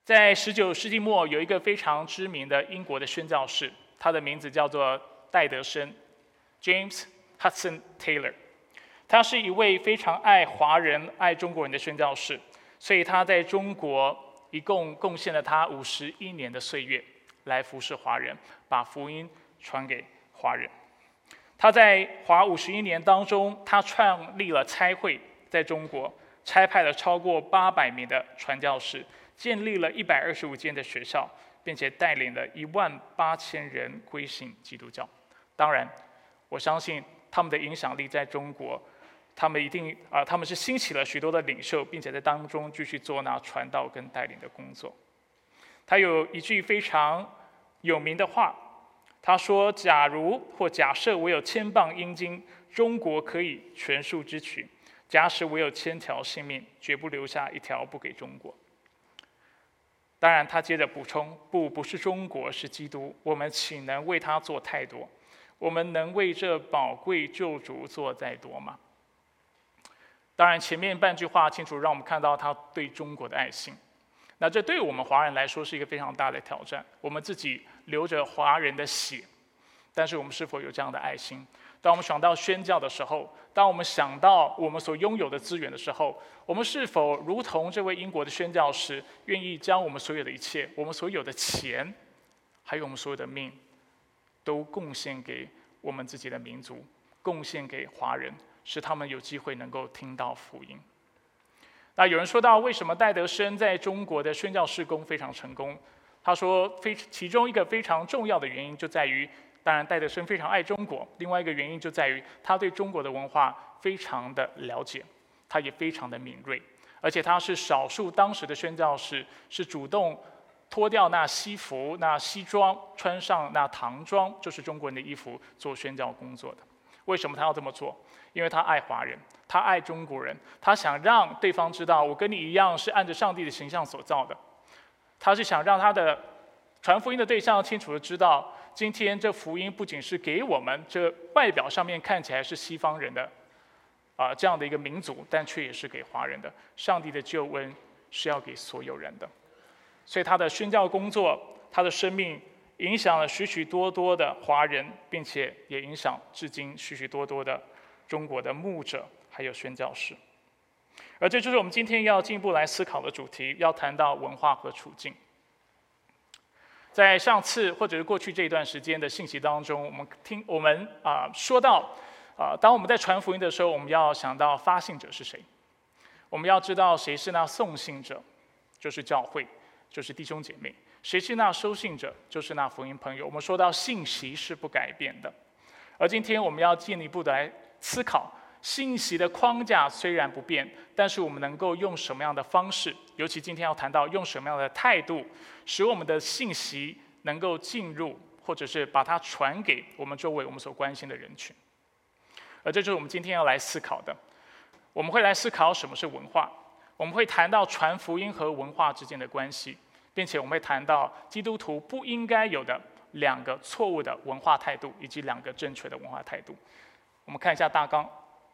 在19世纪末，有一个非常知名的英国的宣教士，他的名字叫做戴德生 （James Hudson Taylor）。他是一位非常爱华人、爱中国人的宣教士，所以他在中国一共贡献了他51年的岁月，来服侍华人，把福音传给华人。他在华51年当中，他创立了差会，在中国差派了超过800名的传教士，建立了125间的学校，并且带领了18000人归信基督教。当然，我相信他们的影响力在中国，他们是兴起了许多的领袖，并且在当中继续做那传道跟带领的工作。他有一句非常有名的话，他说：“假如或假设我有1000磅阴金，中国可以全数支取；假使我有1000条性命，绝不留下一条不给中国。”当然，他接着补充：“不是中国，是基督。我们岂能为他做太多？我们能为这宝贵救主做再多吗？”当然，前面半句话清楚让我们看到他对中国的爱心。那这对我们华人来说是一个非常大的挑战。我们自己流着华人的血，但是我们是否有这样的爱心？当我们想到宣教的时候，当我们想到我们所拥有的资源的时候，我们是否如同这位英国的宣教士，愿意将我们所有的一切，我们所有的钱，还有我们所有的命，都贡献给我们自己的民族，贡献给华人，使他们有机会能够听到福音？那有人说到，为什么戴德生在中国的宣教事工非常成功？他说，其中一个非常重要的原因就在于，当然戴德生非常爱中国，另外一个原因就在于他对中国的文化非常的了解，他也非常的敏锐，而且他是少数当时的宣教士是主动脱掉那西服、那西装，穿上那唐装，就是中国人的衣服做宣教工作的。为什么他要这么做？因为他爱华人，他爱中国人，他想让对方知道，我跟你一样是按着上帝的形象所造的。他是想让他的传福音的对象清楚的知道，今天这福音不仅是给我们这外表上面看起来是西方人的这样的一个民族，但却也是给华人的。上帝的救恩是要给所有人的。所以他的宣教工作，他的生命影响了许许多多的华人，并且也影响至今许许多多的中国的牧者还有宣教士。而这就是我们今天要进一步来思考的主题，要谈到文化和处境。在上次或者是过去这一段时间的信息当中，我们说到当我们在传福音的时候，我们要想到发信者是谁，我们要知道谁是那送信者，就是教会，就是弟兄姐妹；谁是那收信者，就是那福音朋友。我们说到信息是不改变的，而今天我们要进一步的来思考，信息的框架虽然不变，但是我们能够用什么样的方式，尤其今天要谈到用什么样的态度，使我们的信息能够进入，或者是把它传给我们周围我们所关心的人群。而这就是我们今天要来思考的。我们会来思考什么是文化，我们会谈到传福音和文化之间的关系，并且我们会谈到基督徒不应该有的2个错误的文化态度，以及2个正确的文化态度。我们看一下大纲。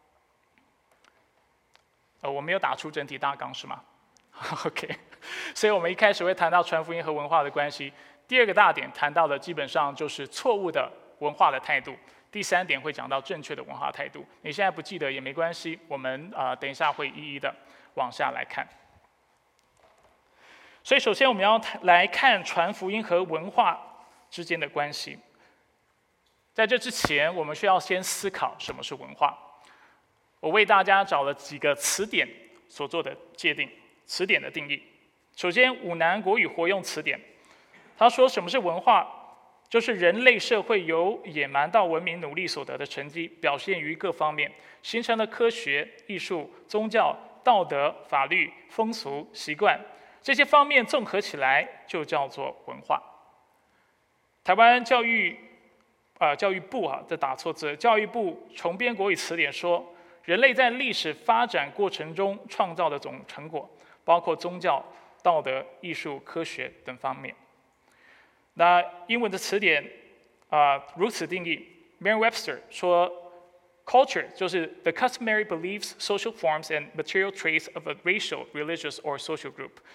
我没有打出整体大纲是吗？OK， 所以我们一开始会谈到传福音和文化的关系。第2个大点谈到的基本上就是错误的文化的态度。第3点会讲到正确的文化态度。你现在不记得也没关系，我们等一下会一一的往下来看。所以首先我们要来看传福音和文化之间的关系。在这之前，我们需要先思考什么是文化。我为大家找了几个词典所做的界定，词典的定义。首先，五南国语活用词典，他说什么是文化，就是人类社会由野蛮到文明努力所得的成绩，表现于各方面，形成了科学、艺术、宗教、道德、法律、风俗、习惯，这些方面综合起来就叫做文化。台湾教育部这打错字，教育部重编国语词典说，人类在历史发展过程中创造的总成果，包括宗教、道德、艺术、科学等方面。那英文的词典如此定义 ，Merriam-Webster 说 ，culture 就是 the customary beliefs, social forms and material traits of a racial, religious or social group。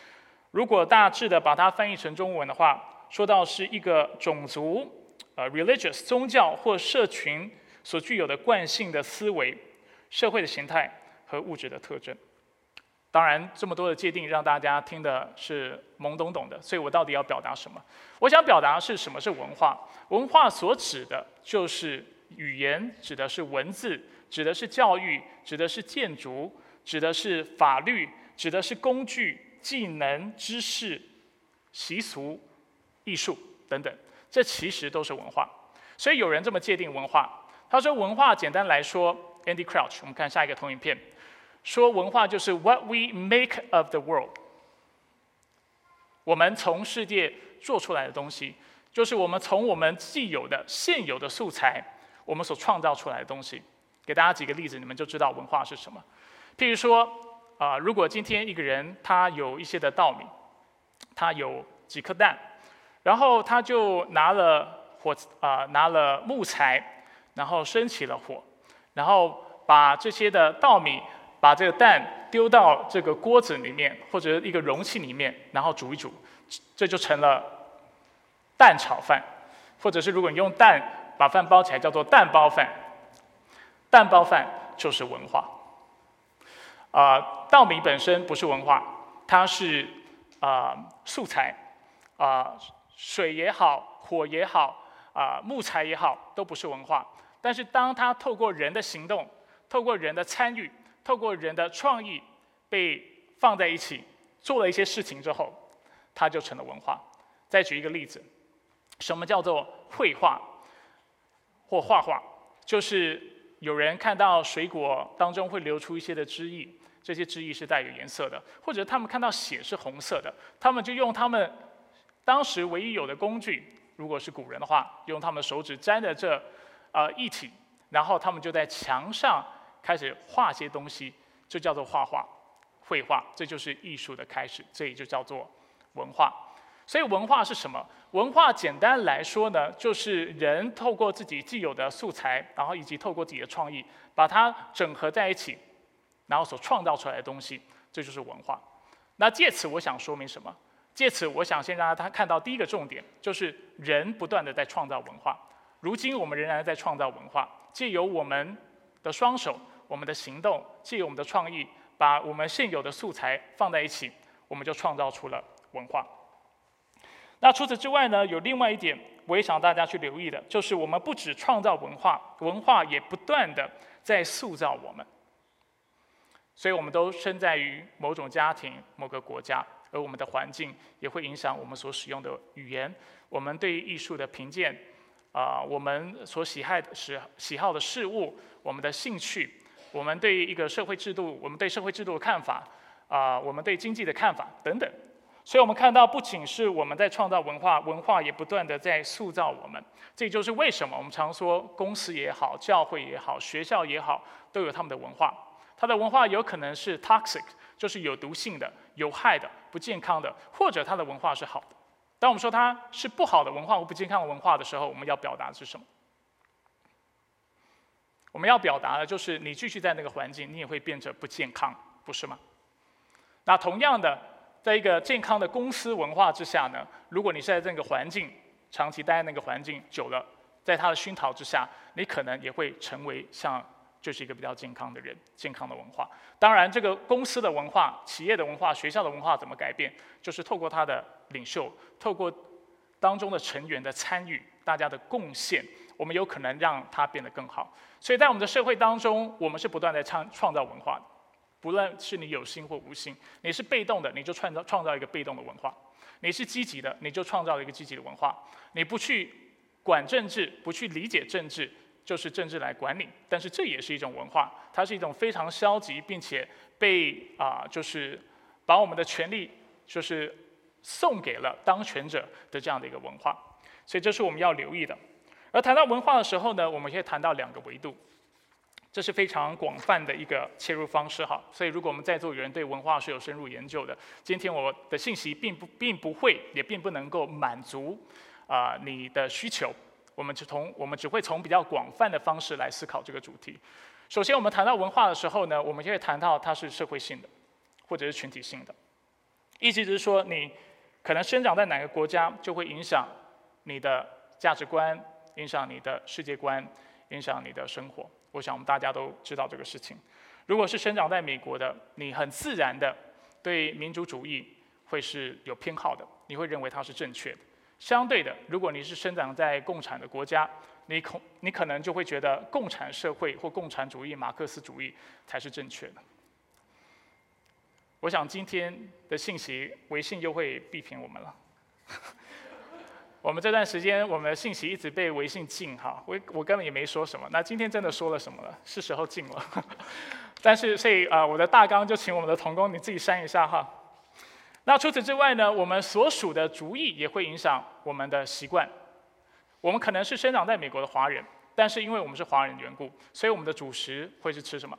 如果大致的把它翻译成中文的话，说到是一个种族religious 宗教或社群所具有的惯性的思维、社会的形态和物质的特征。当然，这么多的界定让大家听的是懵懂懂的，所以我到底要表达什么？我想表达的是什么是文化？文化所指的就是语言，指的是文字，指的是教育，指的是建筑，指的是法律，指的是工具、技能、知识、习俗、艺术等等，这其实都是文化。所以有人这么界定文化，他说文化简单来说 ，Andy Crouch， 我们看下一个投影片。说文化就是 what we make of the world， 我们从世界做出来的东西，就是我们从我们既有的现有的素材，我们所创造出来的东西。给大家几个例子，你们就知道文化是什么。譬如说，如果今天一个人他有一些的稻米，他有几颗蛋，然后他就拿了木材，然后生起了火，然后把这些的稻米。把这个蛋丢到这个锅子里面，或者一个容器里面，然后煮一煮，这就成了蛋炒饭。或者是如果你用蛋把饭包起来，叫做蛋包饭。蛋包饭就是文化。稻米本身不是文化，它是素材，水也好，火也好，木材也好，都不是文化。但是当它透过人的行动，透过人的参与，透过人的创意被放在一起，做了一些事情之后，它就成了文化。再举一个例子，什么叫做绘画或画画？就是有人看到水果当中会流出一些的汁液，这些汁液是带有颜色的，或者他们看到血是红色的，他们就用他们当时唯一有的工具，如果是古人的话，用他们手指沾着这液体，然后他们就在墙上开始画些东西，这叫做画画、绘画，这就是艺术的开始，这也就叫做文化。所以文化是什么？文化简单来说呢，就是人透过自己既有的素材，然后以及透过自己的创意，把它整合在一起，然后所创造出来的东西，这就是文化。那借此我想说明什么？借此我想先让他看到第一个重点，就是人不断的在创造文化。如今我们仍然在创造文化，借由我们的双手，我们的行动，借由我们的创意，把我们现有的素材放在一起，我们就创造出了文化。那除此之外呢，有另外一点我也想大家去留意的，就是我们不只创造文化，文化也不断的在塑造我们。所以我们都身在于某种家庭、某个国家，而我们的环境也会影响我们所使用的语言，我们对于艺术的评鉴，我们所喜好的事物，我们的兴趣，我们对一个社会制度，我们对社会制度的看法，我们对经济的看法等等。所以我们看到，不仅是我们在创造文化，文化也不断的在塑造我们。这就是为什么我们常说，公司也好，教会也好，学校也好，都有他们的文化。它的文化有可能是 toxic， 就是有毒性的、有害的、不健康的，或者它的文化是好的。当我们说它是不好的文化或不健康的文化的时候，我们要表达的是什么？我们要表达的就是，你继续在那个环境，你也会变得不健康，不是吗？那同样的，在一个健康的公司文化之下呢，如果你是在这个环境长期待在那个环境久了，在它的熏陶之下，你可能也会成为就是一个比较健康的人，健康的文化。当然，这个公司的文化、企业的文化、学校的文化怎么改变，就是透过它的领袖，透过当中的成员的参与，大家的贡献，我们有可能让它变得更好。所以在我们的社会当中，我们是不断在创造文化的。不论是你有心或无心，你是被动的，你就创造一个被动的文化；你是积极的，你就创造一个积极的文化。你不去管政治，不去理解政治，就是政治来管你。但是这也是一种文化，它是一种非常消极，并且就是把我们的权利就是送给了当权者的这样的一个文化。所以这是我们要留意的。而谈到文化的时候呢，我们可以谈到两个维度。这是非常广泛的一个切入方式哈，所以如果我们在座有人对文化是有深入研究的，今天我的信息并不会，也并不能够满足你的需求。我们只会从比较广泛的方式来思考这个主题。首先，我们谈到文化的时候呢，我们就会谈到它是社会性的，或者是群体性的。 意思就是说，你可能生长在哪个国家，就会影响你的价值观，影响你的世界观，影响你的生活。我想我们大家都知道这个事情。如果是生长在美国的，你很自然的对民主主义会是有偏好的，你会认为它是正确的。相对的，如果你是生长在共产的国家，你可能就会觉得共产社会或共产主义、马克思主义才是正确的。我想今天的信息，微信又会批评我们了。我们这段时间，我们的信息一直被微信禁哈，我根本也没说什么。那今天真的说了什么了？是时候禁了。但是所以我的大纲就请我们的同工你自己删一下哈。那除此之外呢，我们所属的族裔也会影响我们的习惯。我们可能是生长在美国的华人，但是因为我们是华人的缘故，所以我们的主食会是吃什么？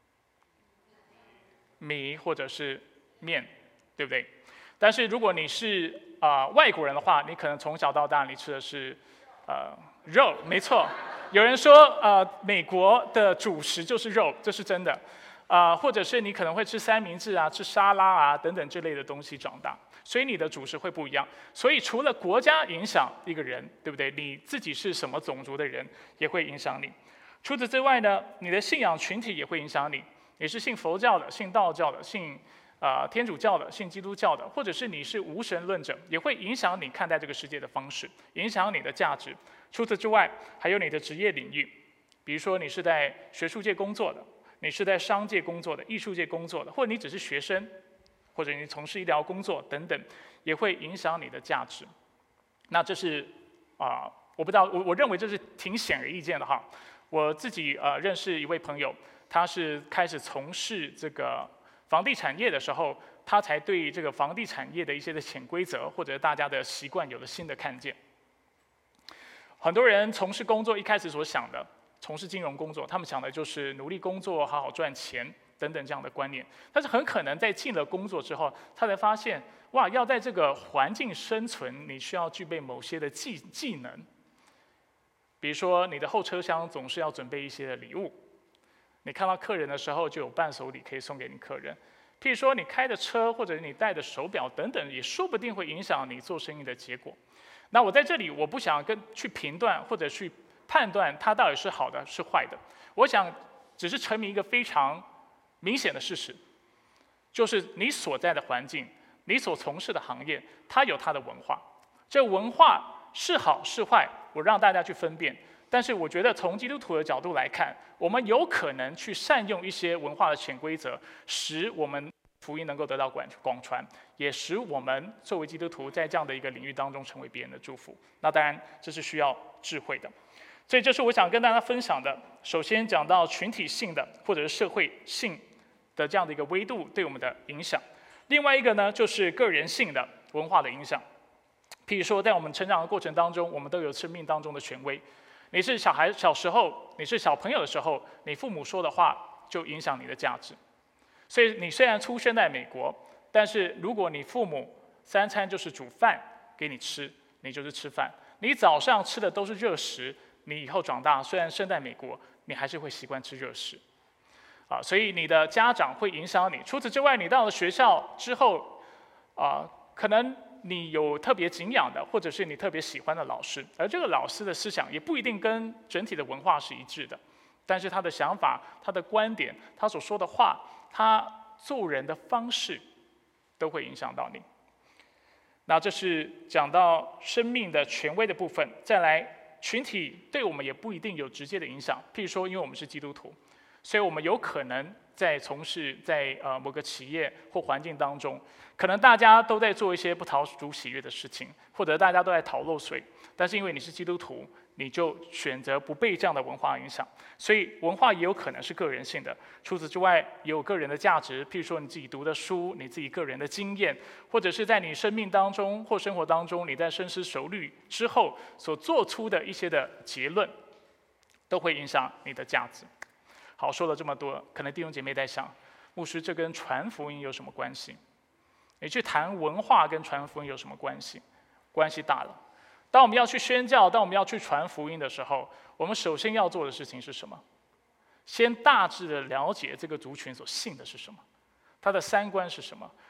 米或者是面，对不对？但是如果你是外国人的话，你可能从小到大你吃的是肉，没错。有人说美国的主食就是肉，这是真的。或者是你可能会吃三明治啊、吃沙拉啊等等这类的东西长大，所以你的主食会不一样。所以除了国家影响一个人，对不对？你自己是什么种族的人也会影响你。除此之外呢，你的信仰群体也会影响你。你是信佛教的、信道教的、信天主教的、信基督教的，或者是你是无神论者，也会影响你看待这个世界的方式，影响你的价值。除此之外，还有你的职业领域，比如说你是在学术界工作的，你是在商界工作的、艺术界工作的，或者你只是学生，或者你从事医疗工作等等，也会影响你的价值。那这是我不知道，我认为这是挺显而易见的哈。我自己认识一位朋友，他是开始从事这个房地产业的时候，他才对这个房地产业的一些的潜规则或者大家的习惯有了新的看见。很多人从事工作一开始所想的，从事金融工作，他们想的就是努力工作、好好赚钱等等这样的观念。但是很可能在进了工作之后，他才发现，哇，要在这个环境生存，你需要具备某些的技能。比如说，你的后车厢总是要准备一些的礼物，你看到客人的时候就有伴手礼可以送给你客人。譬如说，你开的车或者你戴的手表等等，也说不定会影响你做生意的结果。那我在这里，我不想去评断或者去判断它到底是好的是坏的。我想只是陈明一个非常明显的事实，就是你所在的环境，你所从事的行业，它有它的文化。这文化是好是坏，我让大家去分辨。但是我觉得从基督徒的角度来看，我们有可能去善用一些文化的潜规则，使我们福音能够得到广传，也使我们作为基督徒在这样的一个领域当中成为别人的祝福。那当然这是需要智慧的。所以这是我想跟大家分享的。首先讲到群体性的或者是社会性的这样的一个维度对我们的影响。另外一个呢，就是个人性的文化的影响。譬如说，在我们成长的过程当中，我们都有生命当中的权威。你是小时候，你是小朋友的时候，你父母说的话就影响你的价值。所以你虽然出生在美国，但是如果你父母3餐就是煮饭给你吃，你就是吃饭。你早上吃的都是热食，你以后长大虽然生在美国，你还是会习惯吃热食。所以你的家长会影响你。除此之外，你到了学校之后，可能你有特别敬仰的，或者是你特别喜欢的老师，而这个老师的思想也不一定跟整体的文化是一致的，但是他的想法、他的观点、他所说的话、他做人的方式，都会影响到你。那这是讲到生命的权威的部分。再来，群体对我们也不一定有直接的影响。譬如说，因为我们是基督徒，所以我们有可能在从事在某个企业或环境当中，可能大家都在做一些不讨主喜悦的事情，或者大家都在讨漏水，但是因为你是基督徒，你就选择不被这样的文化影响。所以文化也有可能是个人性的。除此之外，也有个人的价值，譬如说你自己读的书，你自己个人的经验，或者是在你生命当中或生活当中，你在深思熟虑之后所做出的一些的结论，都会影响你的价值。好，说了这么多，可能弟兄姐妹在想，牧师，这跟传福音有什么关系？你去谈文化跟传福音有什么关系？关系大了。当我们要去宣教，当我们要去传福音的时候，我们首先要做的事情是什么？先大致的了解这个族群所信的是什么，他的三观是什么，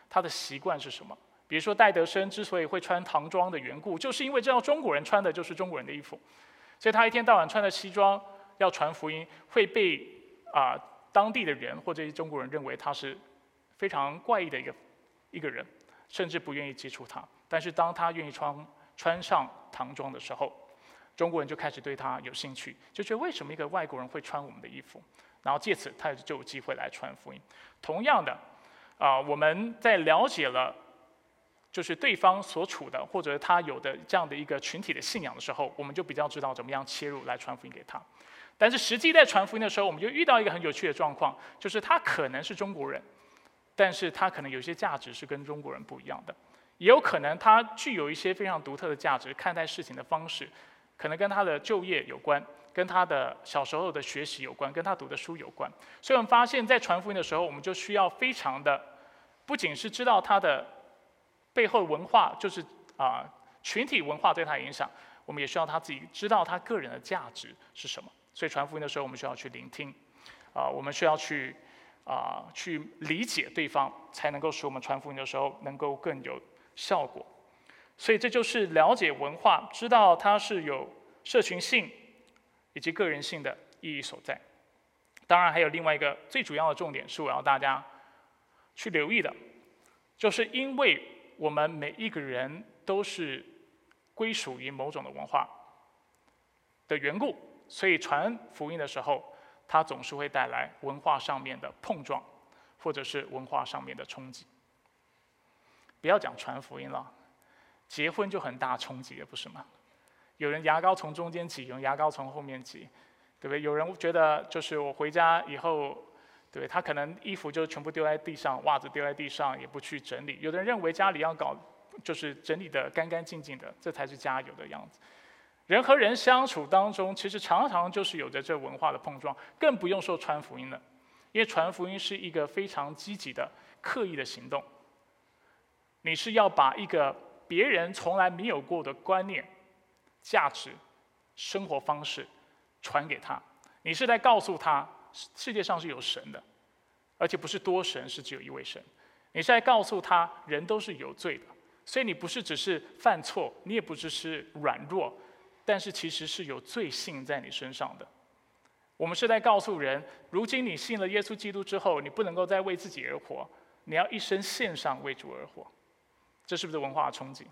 他的习惯是什么。比如说戴德生之所以会穿唐装的缘故，就是因为知道中国人穿的就是中国人的衣服，所以他一天到晚穿的西装要传福音，会被当地的人或者中国人认为他是非常怪异的一个人，甚至不愿意接触他。但是当他愿意穿上唐装的时候，中国人就开始对他有兴趣，就觉得为什么一个外国人会穿我们的衣服？然后借此他就有机会来传福音。同样的，我们在了解了就是对方所处的或者他有的这样的一个群体的信仰的时候，我们就比较知道怎么样切入来传福音给他。但是实际在传福音的时候，我们就遇到一个很有趣的状况，就是他可能是中国人，但是他可能有些价值是跟中国人不一样的，也有可能他具有一些非常独特的价值，看待事情的方式，可能跟他的就业有关，跟他的小时候的学习有关，跟他读的书有关。所以我们发现，在传福音的时候，我们就需要非常的，不仅是知道他的背后文化，就是群体文化对他的影响，我们也需要他自己知道他个人的价值是什么。所以传福音的时候，我们需要去聆听，我们需要去理解对方，才能够使我们传福音的时候能够更有效果。所以这就是了解文化，知道它是有社群性以及个人性的意义所在。当然还有另外一个最主要的重点是我要大家去留意的，就是因为我们每一个人都是归属于某种的文化的缘故，所以传福音的时候，它总是会带来文化上面的碰撞，或者是文化上面的冲击。不要讲传福音了，结婚就很大冲击了，不是吗？有人牙膏从中间挤，有人牙膏从后面挤，对不对？有人觉得就是我回家以后，对，他可能衣服就全部丢在地上，袜子丢在地上，也不去整理。有的人认为家里要搞就是整理的干干净净的，这才是家有的样子。人和人相处当中，其实常常就是有着这文化的碰撞，更不用说传福音了，因为传福音是一个非常积极的、刻意的行动。你是要把一个别人从来没有过的观念、价值、生活方式传给他，你是在告诉他世界上是有神的，而且不是多神，是只有一位神。你是在告诉他人都是有罪的，所以你不是只是犯错，你也不只是软弱，但是其实是有罪性在你身上的。我们是在告诉人，如今你信了耶稣基督之后，你不能够再为自己而活，你要一生献上为主而活。这是不是文化的冲击？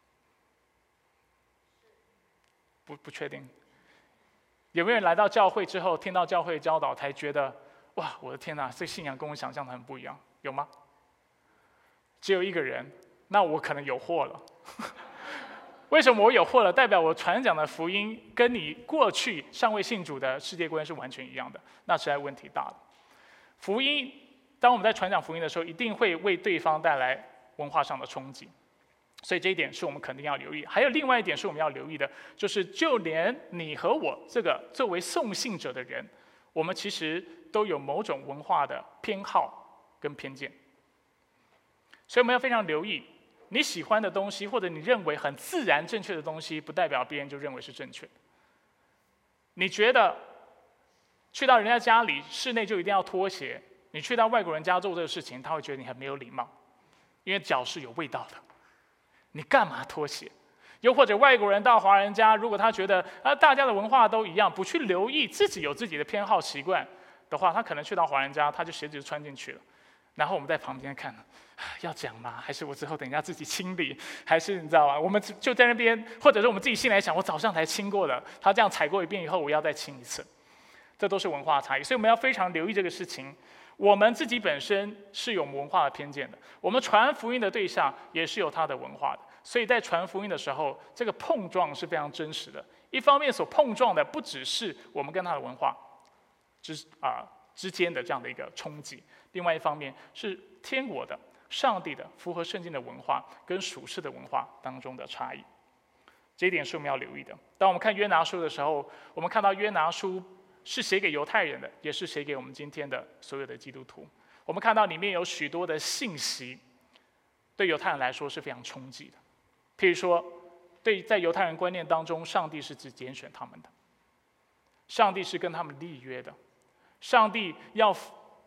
不确定。有没有人来到教会之后，听到教会教导，才觉得哇，我的天哪，这信仰跟我想象的很不一样？有吗？只有一个人，那我可能有祸了。为什么我有祸了？代表我传讲的福音跟你过去尚未信主的世界观是完全一样的，那实在问题大了。福音，当我们在传讲福音的时候，一定会为对方带来文化上的冲击，所以这一点是我们肯定要留意。还有另外一点是我们要留意的，就是就连你和我这个作为送信者的人，我们其实都有某种文化的偏好跟偏见，所以我们要非常留意。你喜欢的东西，或者你认为很自然正确的东西，不代表别人就认为是正确的。你觉得去到人家家里室内就一定要脱鞋，你去到外国人家做这个事情，他会觉得你很没有礼貌，因为脚是有味道的，你干嘛脱鞋？又或者外国人到华人家，如果他觉得大家的文化都一样，不去留意自己有自己的偏好习惯的话，他可能去到华人家，他就鞋子就穿进去了。然后我们在旁边看，要讲吗？还是我之后等一下自己清理？还是你知道吗？我们就在那边，或者是我们自己心来想，我早上才清过了，他这样踩过一遍以后，我要再清一次，这都是文化差异。所以我们要非常留意这个事情。我们自己本身是有文化的偏见的，我们传福音的对象也是有他的文化的，所以在传福音的时候，这个碰撞是非常真实的。一方面所碰撞的不只是我们跟他的文化之间的这样的一个冲击，另外一方面是天国的、上帝的、符合圣经的文化跟属世的文化当中的差异。这一点是我们要留意的。当我们看约拿书的时候，我们看到约拿书是写给犹太人的，也是写给我们今天的所有的基督徒。我们看到里面有许多的信息，对犹太人来说是非常冲击的。譬如说，在犹太人观念当中，上帝是只拣选他们的，上帝是跟他们立约的，上帝要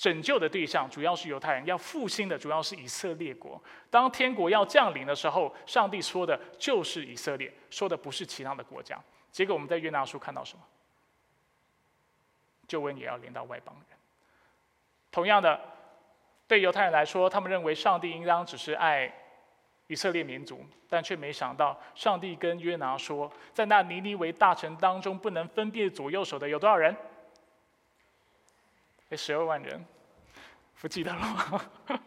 拯救的对象主要是犹太人，要复兴的主要是以色列国。当天国要降临的时候，上帝说的就是以色列，说的不是其他的国家。结果我们在约拿书看到什么？救恩也要临到外邦人。同样的，对犹太人来说，他们认为上帝应当只是爱以色列民族，但却没想到，上帝跟约拿说，在那尼尼微大城当中，不能分辨左右手的有多少人？12万人，不记得了吗？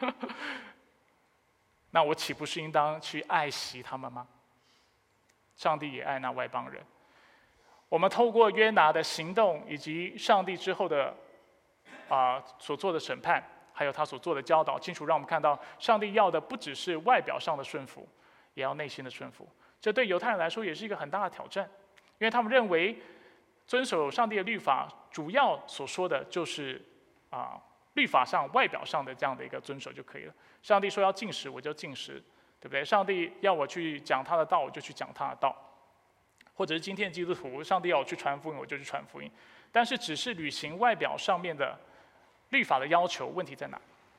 那我岂不是应当去爱惜他们吗？上帝也爱那外邦人。我们透过约拿的行动，以及上帝之后的所做的审判，还有他所做的教导，清楚让我们看到，上帝要的不只是外表上的顺服，也要内心的顺服。这对犹太人来说也是一个很大的挑战，因为他们认为遵守上帝的律法，主要所说的就是律法上、外表上的这样的一个遵守就可以了。上帝说要禁食，我就禁食，对不对？上帝要我去讲他的道，我就去讲他的道。或者是今天基督徒，上帝要我去传福音，我就去传福音。但是只是履行外表上面的律法的要求，问题在哪？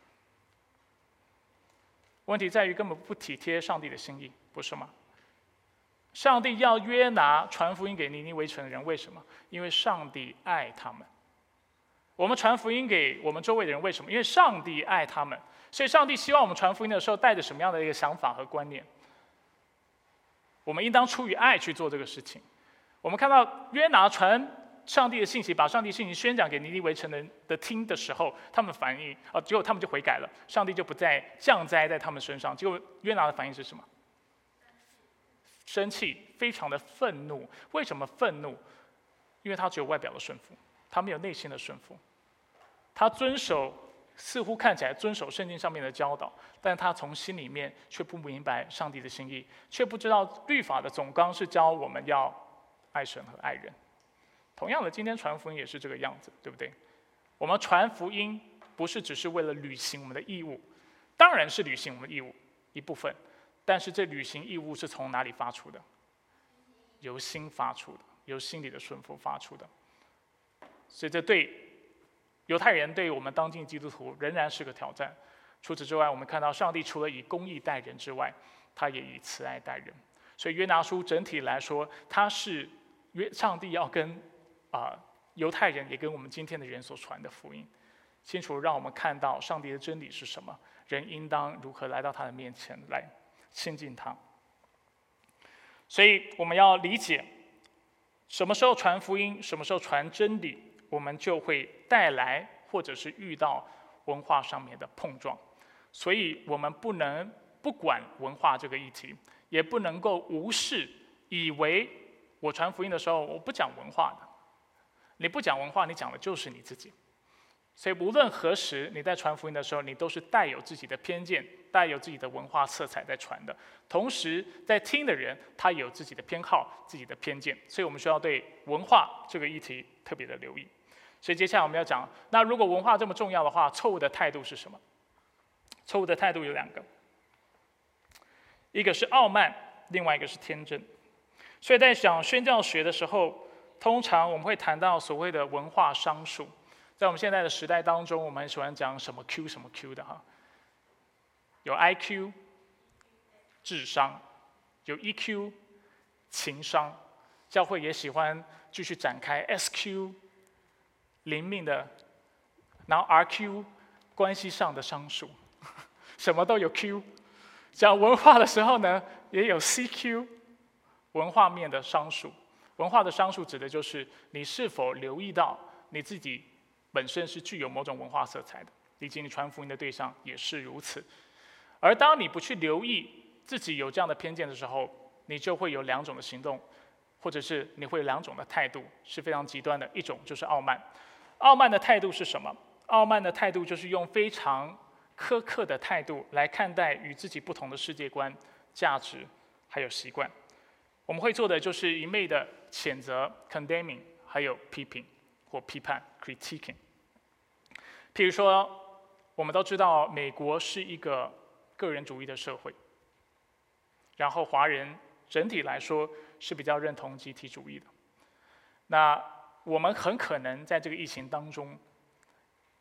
问题在于根本不体贴上帝的心意，不是吗？上帝要约拿传福音给尼尼微城的人，为什么？因为上帝爱他们。我们传福音给我们周围的人，为什么？因为上帝爱他们。所以上帝希望我们传福音的时候，带着什么样的一个想法和观念？我们应当出于爱去做这个事情。我们看到约拿传上帝的信息，把上帝信息宣讲给尼尼微城的听的时候，他们反应结果他们就悔改了，上帝就不再降灾在他们身上。结果约拿的反应是什么？生气，非常的愤怒。为什么愤怒？因为他只有外表的顺服，他没有内心的顺服。他似乎看起来遵守圣经上面的教导，但他从心里面却不明白上帝的心意，却不知道律法的总纲是教我们要爱神和爱人。同样的，今天传福音也是这个样子，对不对？我们传福音不是只是为了履行我们的义务，当然是履行我们的义务一部分，但是这履行义务是从哪里发出的？由心发出的，由心里的顺服发出的。所以这对犹太人对我们当今基督徒仍然是个挑战。除此之外，我们看到上帝除了以公义待人之外，他也以慈爱待人。所以约拿书整体来说，它是上帝要跟犹太人也跟我们今天的人所传的福音，清楚让我们看到上帝的真理是什么，人应当如何来到他的面前来亲近他。所以我们要理解，什么时候传福音，什么时候传真理，我们就会带来或者是遇到文化上面的碰撞。所以我们不能不管文化这个议题，也不能够无视，以为我传福音的时候我不讲文化的。你不讲文化，你讲的就是你自己。所以无论何时你在传福音的时候，你都是带有自己的偏见，带有自己的文化色彩在传的。同时在听的人他也有自己的偏好，自己的偏见。所以我们需要对文化这个议题特别的留意。所以接下来我们要讲，那如果文化这么重要的话，错误的态度是什么？错误的态度有2个，一个是傲慢，另外一个是天真。所以在讲宣教学的时候，通常我们会谈到所谓的文化商数。在我们现在的时代当中，我们很喜欢讲什么 Q 什么 Q 的哈，有 IQ 智商，有 EQ 情商，教会也喜欢继续展开 SQ 灵命的，然后 RQ 关系上的商数，什么都有 Q。讲文化的时候呢，也有 CQ 文化面的商数。文化的商数指的就是你是否留意到你自己本身是具有某种文化色彩的，以及你传福音的对象也是如此。而当你不去留意自己有这样的偏见的时候，你就会有2种的行动，或者是你会有2种的态度，是非常极端的。一种就是傲慢。傲慢的态度是什么？傲慢的态度就是用非常苛刻的态度来看待与自己不同的世界观、价值还有习惯。我们会做的就是一昧的谴责 condemning， 还有批评或批判 critiquing。譬如说，我们都知道美国是一个个人主义的社会，然后华人整体来说是比较认同集体主义的。那我们很可能在这个疫情当中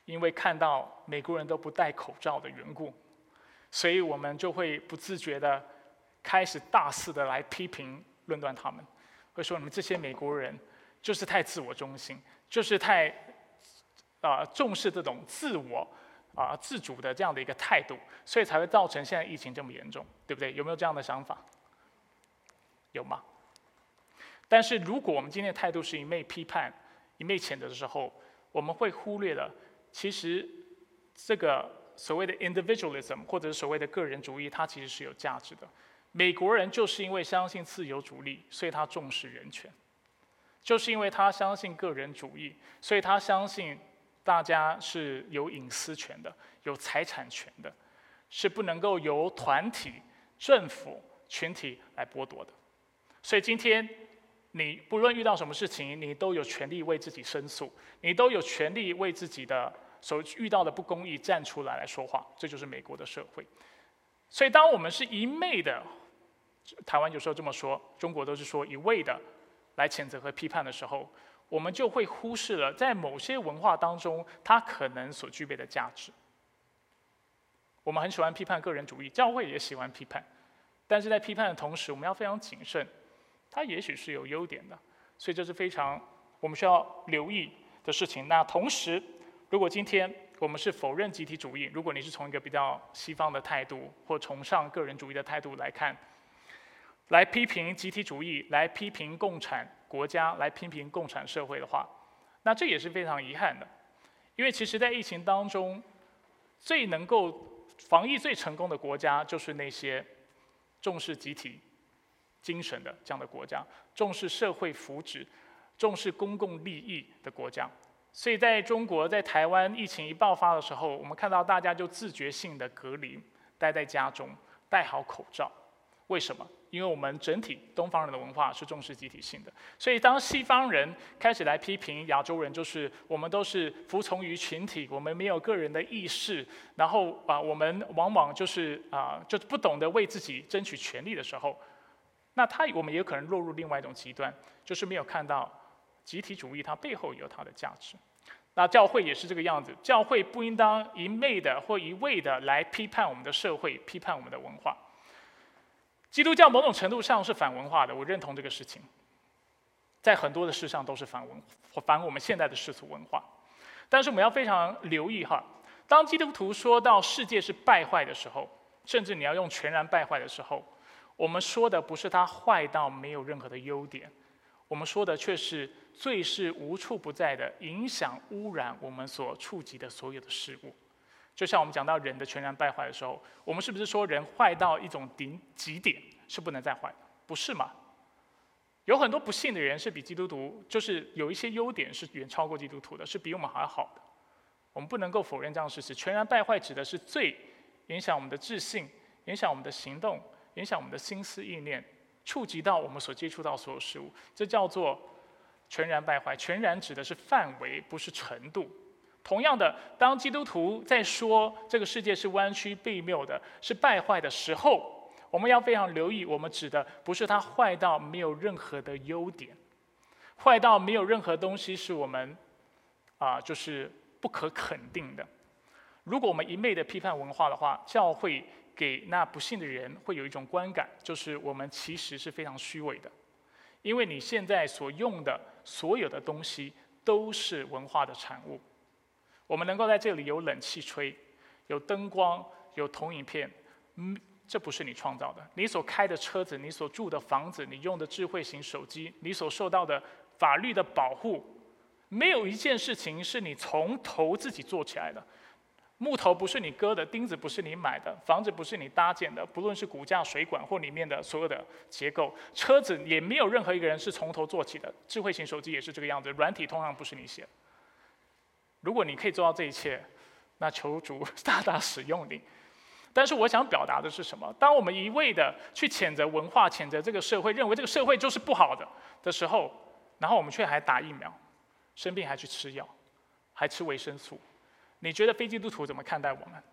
因为看到美国人都不戴口罩的缘故，所以我们就会不自觉的开始大肆的来批评论断他们，会说你们这些美国人就是太自我中心，就是太重视这种自我自主的这样的一个态度，所以才会造成现在疫情这么严重，对不对？有没有这样的想法？有吗？但是如果我们今天的态度是一昧批判、一昧谴责的时候，我们会忽略了，其实这个所谓的 individualism 或者是所谓的个人主义，它其实是有价值的。美国人就是因为相信自由主义，所以他重视人权；就是因为他相信个人主义，所以他相信大家是有隐私权的、有财产权的，是不能够由团体、政府、群体来剥夺的。所以今天你不论遇到什么事情，你都有权利为自己申诉，你都有权利为自己的所遇到的不公义站出来说话。这就是美国的社会。所以当我们是一昧的，台湾有时候这么说，中国都是说一味的来谴责和批判的时候，我们就会忽视了在某些文化当中它可能所具备的价值。我们很喜欢批判个人主义，教会也喜欢批判，但是在批判的同时，我们要非常谨慎。它也许是有优点的，所以这是非常我们需要留意的事情。那同时，如果今天我们是否认集体主义，如果你是从一个比较西方的态度或崇尚个人主义的态度来看，来批评集体主义，来批评共产国家，来批评共产社会的话，那这也是非常遗憾的。因为其实在疫情当中，最能够防疫最成功的国家，就是那些重视集体精神的这样的国家，重视社会福祉、重视公共利益的国家。所以在中国、在台湾疫情一爆发的时候，我们看到大家就自觉性的隔离，待在家中，戴好口罩。为什么？因为我们整体东方人的文化是重视集体性的，所以当西方人开始来批评亚洲人，就是我们都是服从于群体，我们没有个人的意识，然后我们往往就是就不懂得为自己争取权利的时候，那我们也有可能落入另外一种极端，就是没有看到集体主义它背后有它的价值。那教会也是这个样子，教会不应当一昧的或一味的来批判我们的社会，批判我们的文化。基督教某种程度上是反文化的，我认同这个事情，在很多的事上都是反我们现在的世俗文化。但是我们要非常留意哈，当基督徒说到世界是败坏的时候，甚至你要用全然败坏的时候，我们说的不是它坏到没有任何的优点，我们说的却是罪是无处不在的，影响污染我们所触及的所有的事物。就像我们讲到人的全然败坏的时候，我们是不是说人坏到一种极点是不能再坏的？不是嘛？有很多不信的人是比基督徒，就是有一些优点是远超过基督徒的，是比我们还好的。我们不能够否认这样的事实。全然败坏指的是罪影响我们的智性，影响我们的行动，影响我们的心思意念，触及到我们所接触到所有事物，这叫做全然败坏。全然指的是范围，不是程度。同样的，当基督徒在说这个世界是弯曲悖谬的，是败坏的时候，我们要非常留意，我们指的不是它坏到没有任何的优点，坏到没有任何东西是我们就是不可肯定的。如果我们一昧的批判文化的话，教会给那不信的人会有一种观感，就是我们其实是非常虚伪的，因为你现在所用的所有的东西都是文化的产物。我们能够在这里有冷气吹，有灯光，有投影片，这不是你创造的。你所开的车子，你所住的房子，你用的智慧型手机，你所受到的法律的保护，没有一件事情是你从头自己做起来的。木头不是你割的，钉子不是你买的，房子不是你搭建的，不论是骨架、水管或里面的所有的结构，车子也没有任何一个人是从头做起的。智慧型手机也是这个样子，软体通常不是你写的。如果你可以做到这一切，那求主大大使用你。但是我想表达的是什么？当我们一味的去谴责文化、谴责这个社会，认为这个社会就是不好的时候，然后我们却还打疫苗，生病还去吃药，还吃维生素，你觉得非基督徒怎么看待我们？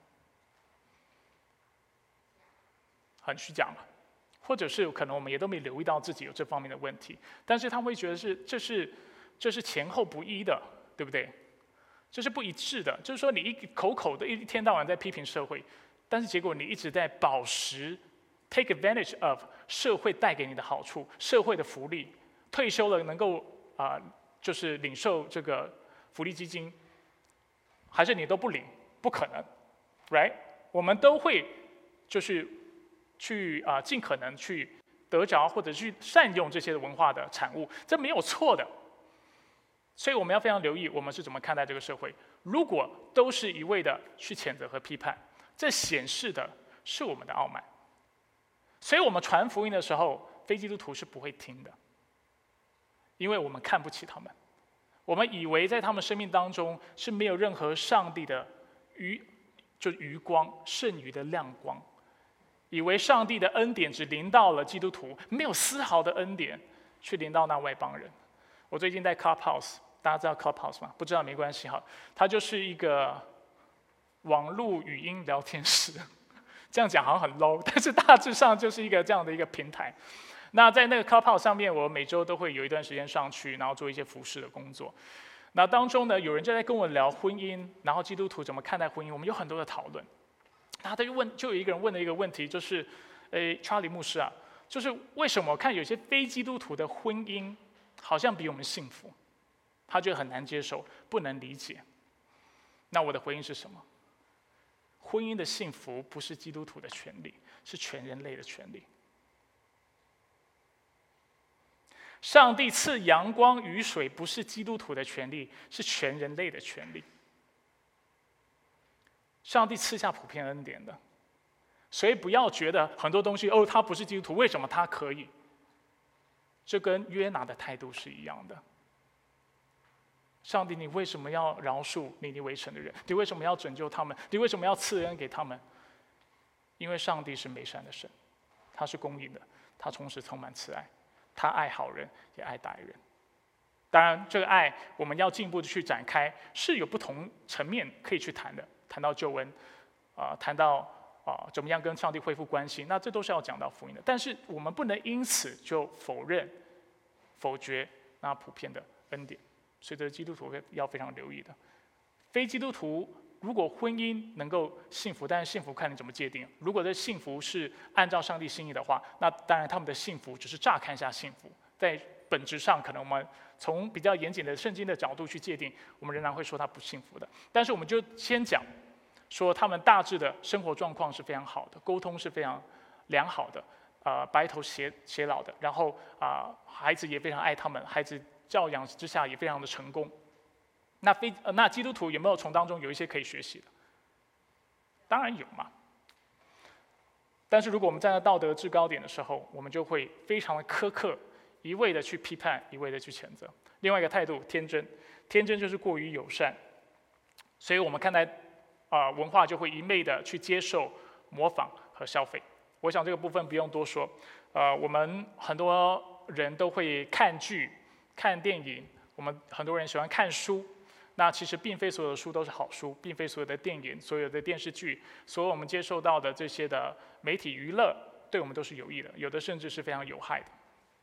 很虚假嘛？或者是可能我们也都没留意到自己有这方面的问题，但是他会觉得这是前后不一的，对不对？ 这是不一致的。就是说，你口口的一天到晚在批评社会，但是结果你一直在保持 take advantage of 社会带给你的好处，社会的福利，退休了能够就是领受这个福利基金，还是你都不领？不可能 ，right？ 我们都会就是去尽可能去得着或者去善用这些文化的产物，这没有错的。所以我们要非常留意我们是怎么看待这个社会。如果都是一味的去谴责和批判，这显示的是我们的傲慢。所以我们传福音的时候，非基督徒是不会听的，因为我们看不起他们。我们以为在他们生命当中是没有任何上帝的余光，剩余的亮光，以为上帝的恩典只临到了基督徒，没有丝毫的恩典去临到那外邦人。我最近在 Clubhouse， 大家知道 Clubhouse 吗？不知道没关系哈，它就是一个网络语音聊天室。这样讲好像很 low， 但是大致上就是一个这样的一个平台。那在那个 Clubhouse 上面，我每周都会有一段时间上去，然后做一些服侍的工作。那当中呢，有人就在跟我聊婚姻，然后基督徒怎么看待婚姻，我们有很多的讨论。然后就有一个人问了一个问题，就是查理牧师啊，就是为什么我看有些非基督徒的婚姻好像比我们幸福？他觉得很难接受，不能理解。那我的回应是什么？婚姻的幸福不是基督徒的权利，是全人类的权利。上帝赐阳光雨水不是基督徒的权利，是全人类的权利。上帝赐下普遍恩典的，所以不要觉得很多东西他不是基督徒，为什么他可以？这跟约拿的态度是一样的。上帝，你为什么要饶恕尼尼微城的人？你为什么要拯救他们？你为什么要赐恩给他们？因为上帝是美善的神，他是公义的，他同时充满慈爱，他爱好人也爱歹人。当然，这个爱我们要进一步的去展开，是有不同层面可以去谈的。谈到救恩，谈到怎么样跟上帝恢复关系，那这都是要讲到福音的。但是我们不能因此就否决那普遍的恩典。所以这是基督徒要非常留意的。非基督徒如果婚姻能够幸福，但是幸福看你怎么界定。如果这幸福是按照上帝心意的话，那当然他们的幸福只是乍看下幸福，在本质上可能我们从比较严谨的圣经的角度去界定，我们仍然会说他不幸福的。但是我们就先讲说他们大致的生活状况是非常好的，沟通是非常良好的，白头偕老的，然后孩子也非常爱他们，孩子教养之下也非常的成功。那基督徒有没有从当中有一些可以学习的？当然有嘛。但是如果我们站在道德制高点的时候，我们就会非常的苛刻，一味的去批判，一味的去谴责。另外一个态度，天真，天真就是过于友善，所以我们看待文化就会一昧的去接受、模仿和消费。我想这个部分不用多说。我们很多人都会看剧、看电影，我们很多人喜欢看书。那其实并非所有的书都是好书，并非所有的电影、所有的电视剧、所有我们接受到的这些的媒体娱乐，对我们都是有益的，有的甚至是非常有害的。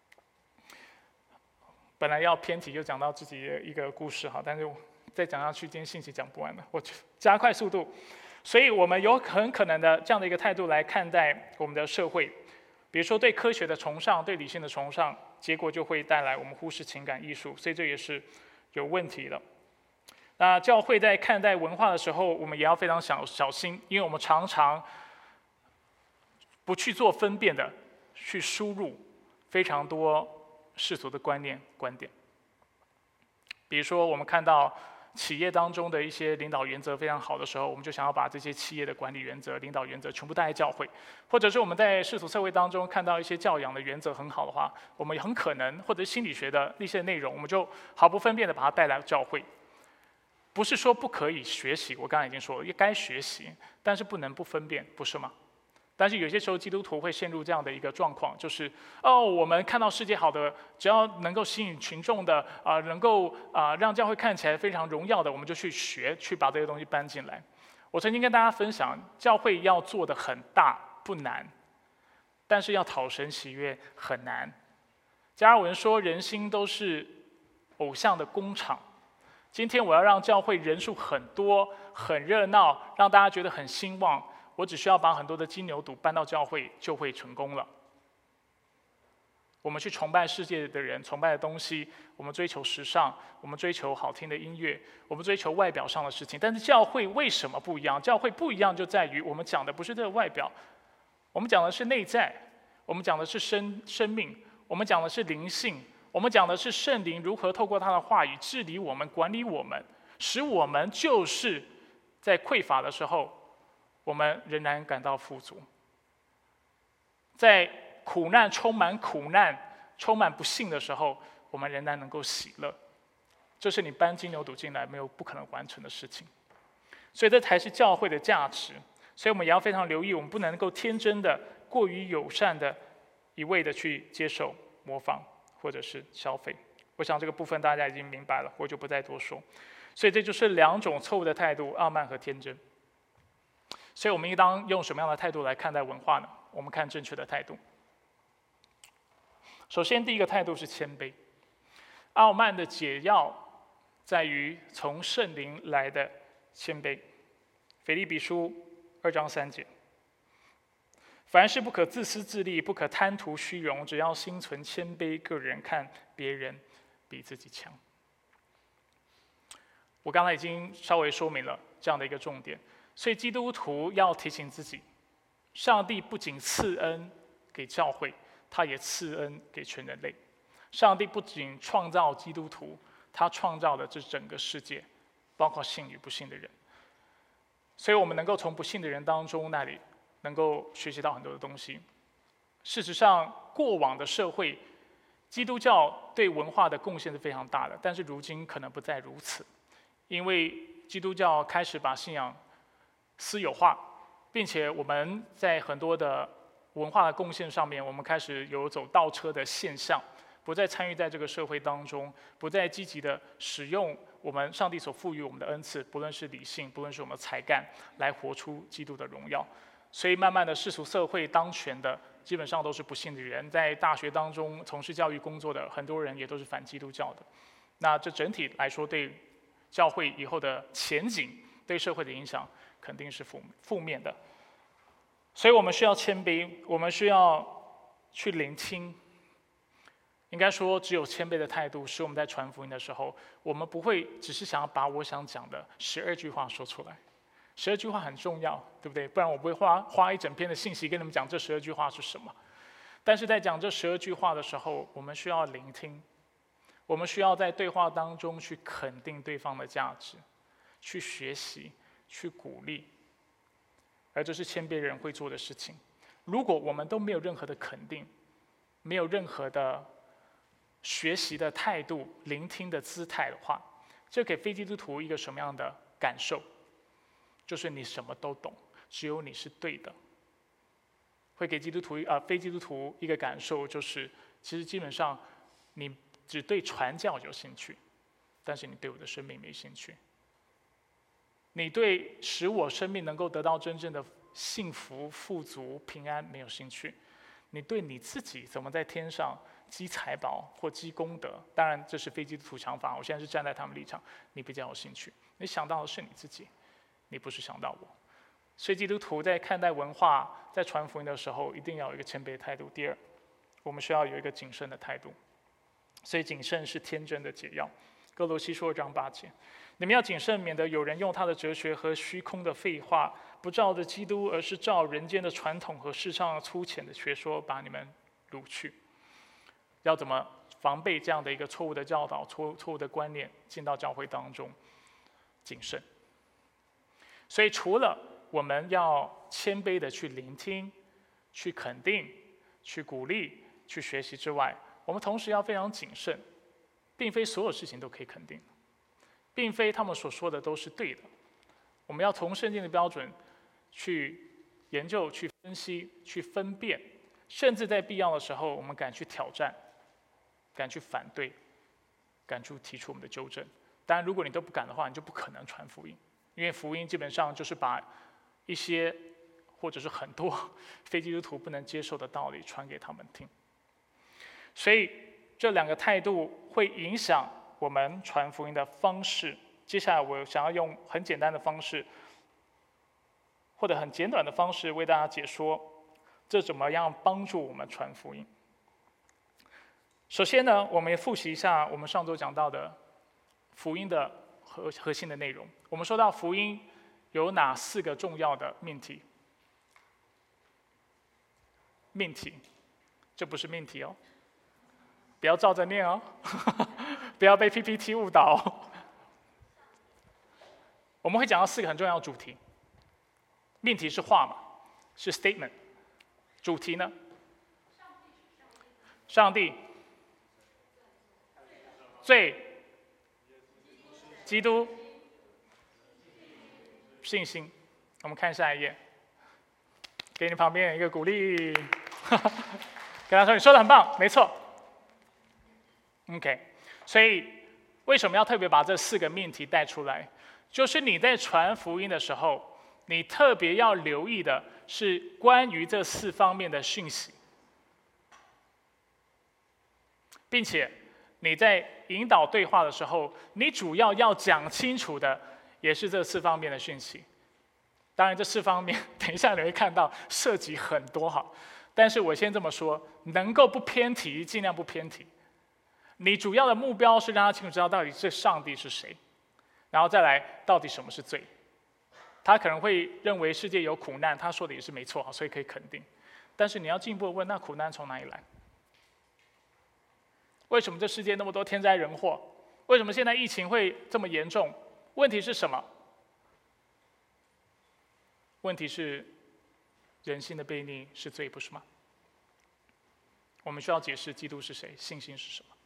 本来要偏题，就讲到自己的一个故事哈，但是再讲下去，今天信息讲不完了，我加快速度。所以我们有很可能的这样的一个态度来看待我们的社会，比如说对科学的崇尚、对理性的崇尚，结果就会带来我们忽视情感艺术，所以这也是有问题的。那教会在看待文化的时候，我们也要非常小心，因为我们常常不去做分辨的去输入非常多世俗的观念、观点。比如说，我们看到企业当中的一些领导原则非常好的时候，我们就想要把这些企业的管理原则、领导原则全部带来教会；或者是我们在世俗社会当中看到一些教养的原则很好的话，我们很可能或者心理学的一些内容，我们就毫不分辨的把它带来教会。不是说不可以学习，我刚才已经说了，也该学习，但是不能不分辨，不是吗？但是有些时候基督徒会陷入这样的一个状况，就是我们看到世界好的，只要能够吸引群众的，能够让教会看起来非常荣耀的，我们就去学，去把这些东西搬进来。我曾经跟大家分享，教会要做的很大不难，但是要讨神喜悦很难。加尔文说，人心都是偶像的工厂。 今天我要让教会人数很多、很热闹，让大家觉得很兴旺，我只需要把很多的金牛犊搬到教会，就会成功了。我们去崇拜世界的人，崇拜的东西，我们追求时尚，我们追求好听的音乐，我们追求外表上的事情。但是教会为什么不一样？教会不一样就在于我们讲的不是这个外表，我们讲的是内在，我们讲的是生命，我们讲的是灵性，我们讲的是圣灵如何透过他的话语治理我们、管理我们，使我们就是在匮乏的时候，我们仍然感到富足，在苦难、充满不幸的时候，我们仍然能够喜乐。这是你搬金牛犊进来没有不可能完成的事情。所以这才是教会的价值。所以我们也要非常留意，我们不能够天真的、过于友善的、一味的去接受、模仿或者是消费。我想这个部分大家已经明白了，我就不再多说。所以这就是两种错误的态度：傲慢和天真。所以我们应当用什么样的态度来看待文化呢？我们看正确的态度。首先，第一个态度是谦卑。傲慢的解药在于从圣灵来的谦卑。腓立比书2章3节：凡事不可自私自利，不可贪图虚荣，只要心存谦卑，个人看别人比自己强。我刚才已经稍微说明了这样的一个重点，所以基督徒要提醒自己，上帝不仅赐恩给教会，他也赐恩给全人类。上帝不仅创造基督徒，他创造的这整个世界，包括信与不信的人。所以我们能够从不信的人当中那里能够学习到很多的东西。事实上，过往的社会，基督教对文化的贡献是非常大的，但是如今可能不再如此，因为基督教开始把信仰私有化，并且我们在很多的文化的贡献上面，我们开始有走倒车的现象，不再参与在这个社会当中，不再积极的使用我们上帝所赋予我们的恩赐，不论是理性，不论是我们的才干，来活出基督的荣耀。所以慢慢的世俗社会当权的基本上都是不信的人，在大学当中从事教育工作的很多人也都是反基督教的。那这整体来说，对教会以后的前景，对社会的影响肯定是负面的。所以我们需要谦卑，我们需要去聆听。应该说，只有谦卑的态度，使我们在传福音的时候，我们不会只是想要把我想讲的12句话说出来。12句话很重要，对不对？不然我不会花一整篇的信息跟你们讲这12句话是什么。但是在讲这12句话的时候，我们需要聆听，我们需要在对话当中去肯定对方的价值，去学习，去鼓励。而这是谦卑人会做的事情。如果我们都没有任何的肯定，没有任何的学习的态度、聆听的姿态的话，这给非基督徒一个什么样的感受？就是你什么都懂，只有你是对的。会给非基督徒一个感受，就是其实基本上你只对传教有兴趣，但是你对我的生命没兴趣。你对使我生命能够得到真正的幸福、富足、平安没有兴趣。你对你自己怎么在天上积财宝或积功德，当然这是非基督徒想法，我现在是站在他们立场，你比较有兴趣。你想到的是你自己，你不是想到我。所以基督徒在看待文化、在传福音的时候，一定要有一个谦卑的态度。第二，我们需要有一个谨慎的态度。所以谨慎是天真的解药。哥罗西书2章8节，你们要谨慎，免得有人用他的哲学和虚空的废话，不照着基督，而是照人间的传统和世上粗浅的学说，把你们掳去。要怎么防备这样的一个错误的教导、错误的观念进到教会当中？谨慎。所以除了我们要谦卑的去聆听、去肯定、去鼓励、去学习之外，我们同时要非常谨慎，并非所有事情都可以肯定，并非他们所说的都是对的。我们要从圣经的标准去研究、去分析、去分辨，甚至在必要的时候，我们敢去挑战、敢去反对、敢去提出我们的纠正。当然，如果你都不敢的话，你就不可能传福音，因为福音基本上就是把一些或者是很多非基督徒不能接受的道理传给他们听。所以这两个态度会影响我们传福音的方式。接下来我想要用很简单的方式，或者很简短的方式为大家解说，这怎么样帮助我们传福音。首先呢，我们也复习一下我们上周讲到的福音的核心的内容。我们说到福音有哪4个重要的命题？命题，这不是命题哦，不要照着念哦，不要被 PPT 误导哦。我们会讲到4个很重要的主题。命题是话嘛，是 statement。主题呢？上帝、罪、基督、信心。我们看下一页，给你旁边一个鼓励，跟他说：“你说的很棒，没错。” OK， 所以为什么要特别把这4个命题带出来？就是你在传福音的时候，你特别要留意的是关于这4方面的讯息，并且你在引导对话的时候，你主要讲清楚的也是这4方面的讯息。当然，这4方面等一下你会看到涉及很多哈，但是我先这么说，能够不偏题尽量不偏题。你主要的目标是让他清楚知道到底这上帝是谁。然后再来，到底什么是罪？他可能会认为世界有苦难，他说的也是没错，所以可以肯定。但是你要进一步的问，那苦难从哪里来？为什么这世界那么多天灾人祸？为什么现在疫情会这么严重？问题是什么？问题是人心的悖逆是罪，不是吗？我们需要解释基督是谁，信心是什么。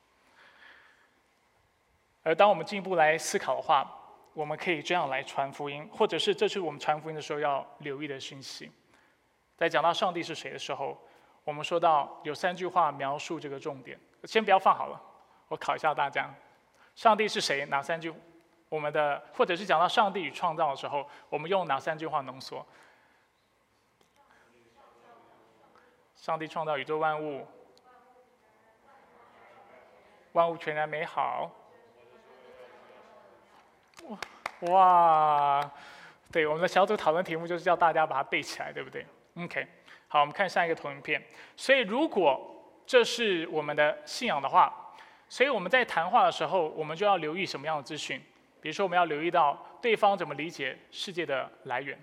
而当我们进一步来思考的话，我们可以这样来传福音，或者是这是我们传福音的时候要留意的讯息。在讲到上帝是谁的时候，我们说到有3句话描述这个重点。先不要放好了，我考一下大家：上帝是谁？哪3句？我们的或者是讲到上帝与创造的时候，我们用哪3句话浓缩？上帝创造宇宙万物，万物全然美好。哇，对，我们的小组讨论题目就是叫大家把它背起来，对不对 ？OK， 好，我们看下一个投影片。所以，如果这是我们的信仰的话，所以我们在谈话的时候，我们就要留意什么样的资讯？比如说，我们要留意到对方怎么理解世界的来源，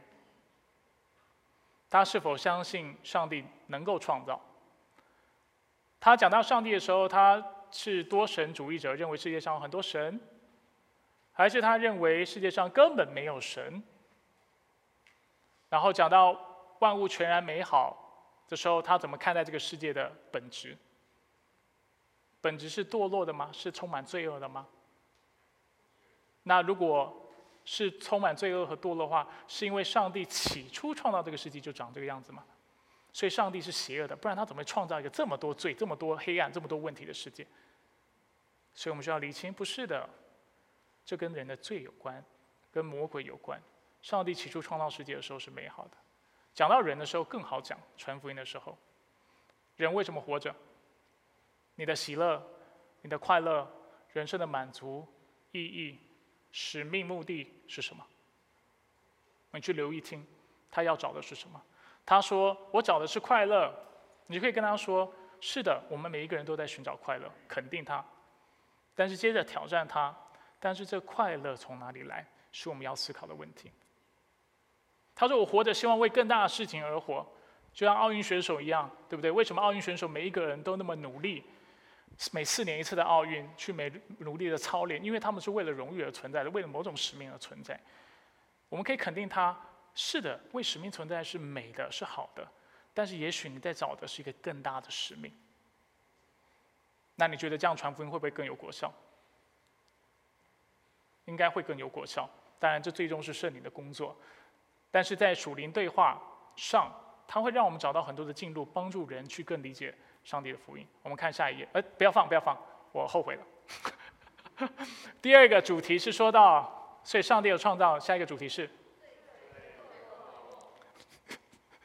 他是否相信上帝能够创造？他讲到上帝的时候，他是多神主义者，认为世界上有很多神。还是他认为世界上根本没有神。然后讲到万物全然美好的时候，他怎么看待这个世界的本质？本质是堕落的吗？是充满罪恶的吗？那如果是充满罪恶和堕落的话，是因为上帝起初创造这个世界就长这个样子吗？所以上帝是邪恶的，不然他怎么会创造一个这么多罪、这么多黑暗、这么多问题的世界？所以我们需要厘清，不是的。这跟人的罪有关，跟魔鬼有关。上帝起初创造世界的时候是美好的。讲到人的时候更好讲，传福音的时候，人为什么活着？你的喜乐、你的快乐、人生的满足、意义、使命、目的是什么？你去留意听，他要找的是什么？他说：“我找的是快乐。”你就可以跟他说：“是的，我们每一个人都在寻找快乐，肯定他。但是接着挑战他。但是这快乐从哪里来，是我们要思考的问题。”他说：“我活着希望为更大的事情而活，就像奥运选手一样，对不对？为什么奥运选手每一个人都那么努力？每4年1次的奥运去努力的操练，因为他们是为了荣誉而存在的，为了某种使命而存在。我们可以肯定他，是的，为使命存在是美的，是好的。但是也许你在找的是一个更大的使命。那你觉得这样传福音会不会更有果效？应该会更有果效。当然，这最终是圣灵的工作。但是在属灵对话上，它会让我们找到很多的进路，帮助人去更理解上帝的福音。我们看下一页，不要放，我后悔了。第2个主题是说到，所以上帝有创造。下一个主题是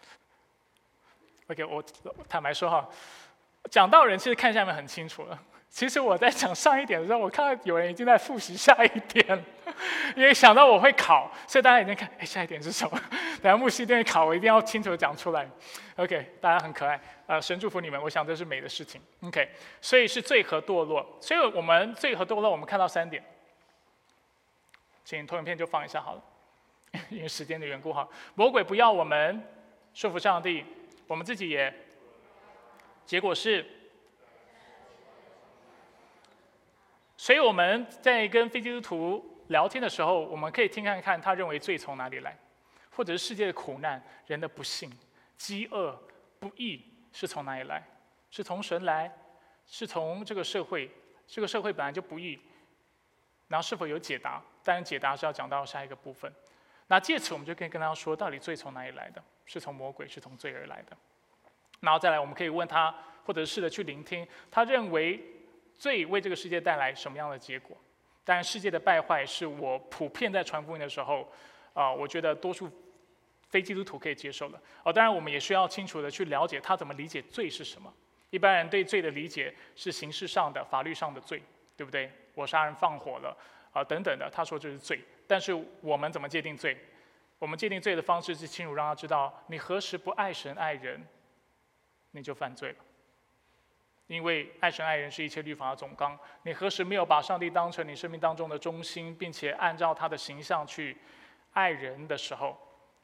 ，OK， 我坦白说哈，讲道人其实看下面很清楚了。 其实我在讲上一点的时候，我看到有人已经在复习下一点了，因为想到我会考，所以大家已经看，下一点是什么？等下牧师对考，我一定要清楚地讲出来。OK， 大家很可爱，神祝福你们，我想这是美的事情。OK， 所以是罪和堕落，所以我们罪和堕落，我们看到3点，请投影片就放一下好了，因为时间的缘故哈。魔鬼不要我们顺服上帝，我们自己也，结果是。所以我们在跟非基督徒聊天的时候，我们可以听看看他认为罪从哪里来，或者是世界的苦难、人的不幸、饥饿、不义是从哪里来？是从神来，是从这个社会？这个社会本来就不义，然后是否有解答？当然，解答是要讲到下一个部分。那借此我们就可以跟他说，到底罪从哪里来的？是从魔鬼，是从罪而来的。然后再来，我们可以问他，或者试着去聆听，他认为罪为这个世界带来什么样的结果？当然，世界的败坏是我普遍在传福音的时候，我觉得多数非基督徒可以接受的。当然，我们也需要清楚的去了解他怎么理解罪是什么。一般人对罪的理解是形式上的、法律上的罪，对不对？我杀人放火了，等等的，他说这是罪。但是我们怎么界定罪？我们界定罪的方式是清楚让他知道，你何时不爱神爱人，你就犯罪了。因为爱神爱人是一切律法的总纲，你何时没有把上帝当成你生命当中的中心，并且按照他的形象去爱人的时候，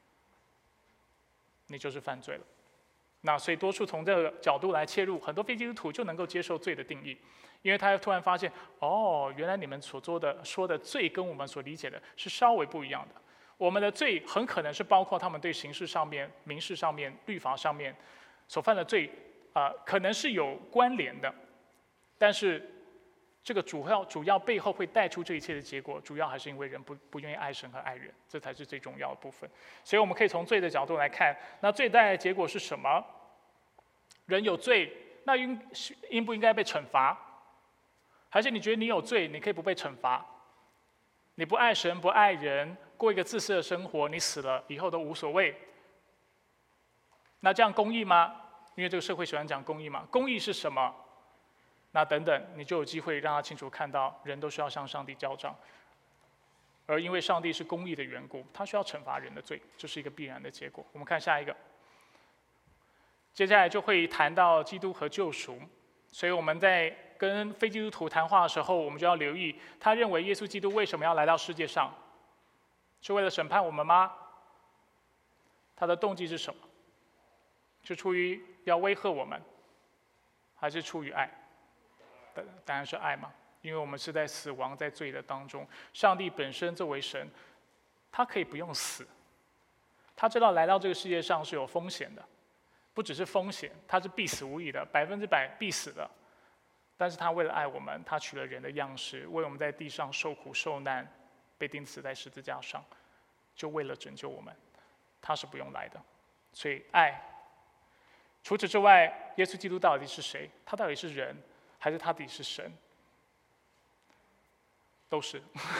你就是犯罪了。那所以多数从这个角度来切入，很多非基督徒就能够接受罪的定义，因为他突然发现，原来你们所说的罪跟我们所理解的是稍微不一样的。我们的罪很可能是包括他们对刑事上面、民事上面、律法上面所犯的罪。可能是有关联的，但是这个主要背后会带出这一切的结果，主要还是因为人不愿意爱神和爱人，这才是最重要的部分。所以我们可以从罪的角度来看，那罪带来的结果是什么？人有罪，那应不应该被惩罚？还是你觉得你有罪，你可以不被惩罚？你不爱神不爱人，过一个自私的生活，你死了以后都无所谓？那这样公义吗？因为这个社会喜欢讲公义嘛，公义是什么？那等等，你就有机会让他清楚看到，人都需要向上帝交账，而因为上帝是公义的缘故，他需要惩罚人的罪，这是一个必然的结果。我们看下一个，接下来就会谈到基督和救赎，所以我们在跟非基督徒谈话的时候，我们就要留意，他认为耶稣基督为什么要来到世界上？是为了审判我们吗？他的动机是什么？是出于要威吓我们，还是出于爱？当然是爱嘛，因为我们是在死亡、在罪的当中。上帝本身作为神，他可以不用死，他知道来到这个世界上是有风险的，不只是风险，他是必死无疑的，100%必死的。但是他为了爱我们，他取了人的样式，为我们在地上受苦受难，被钉死在十字架上，就为了拯救我们，他是不用来的。所以爱。除此之外，耶稣基督到底是谁？他到底是人，还是他到底是神？都是。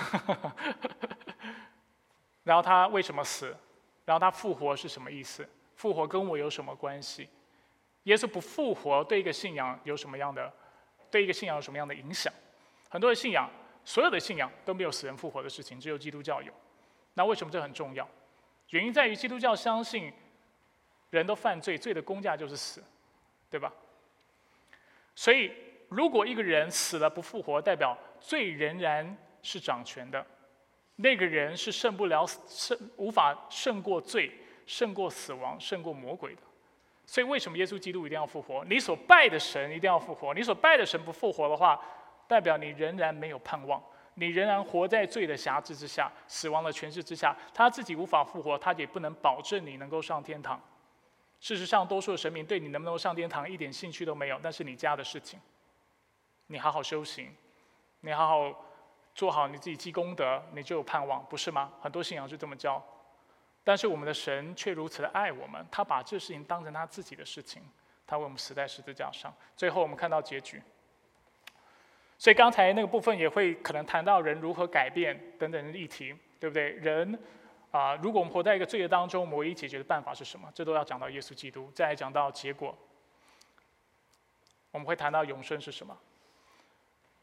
然后他为什么死？然后他复活是什么意思？复活跟我有什么关系？耶稣不复活对一个信仰有什么样的影响？很多的信仰，所有的信仰都没有死人复活的事情，只有基督教有。那为什么这很重要？原因在于基督教相信人都犯罪，罪的工价就是死，对吧？所以，如果一个人死了不复活，代表罪仍然是掌权的，那个人是无法胜过罪、胜过死亡、胜过魔鬼的。所以，为什么耶稣基督一定要复活？你所拜的神一定要复活。你所拜的神不复活的话，代表你仍然没有盼望，你仍然活在罪的辖制之下、死亡的权势之下。他自己无法复活，他也不能保证你能够上天堂。事实上，多数的神明对你能不能上天堂一点兴趣都没有，那是你家的事情。你好好修行，你好好做好你自己积功德，你就有盼望，不是吗？很多信仰是这么教，但是我们的神却如此的爱我们，他把这事情当成他自己的事情，他为我们死在十字架上。最后我们看到结局。所以刚才那个部分也会可能谈到人如何改变等等的议题，对不对？人。如果我们活在一个罪恶当中，我们唯一解决的办法是什么？这都要讲到耶稣基督，再来讲到结果。我们会谈到永生是什么？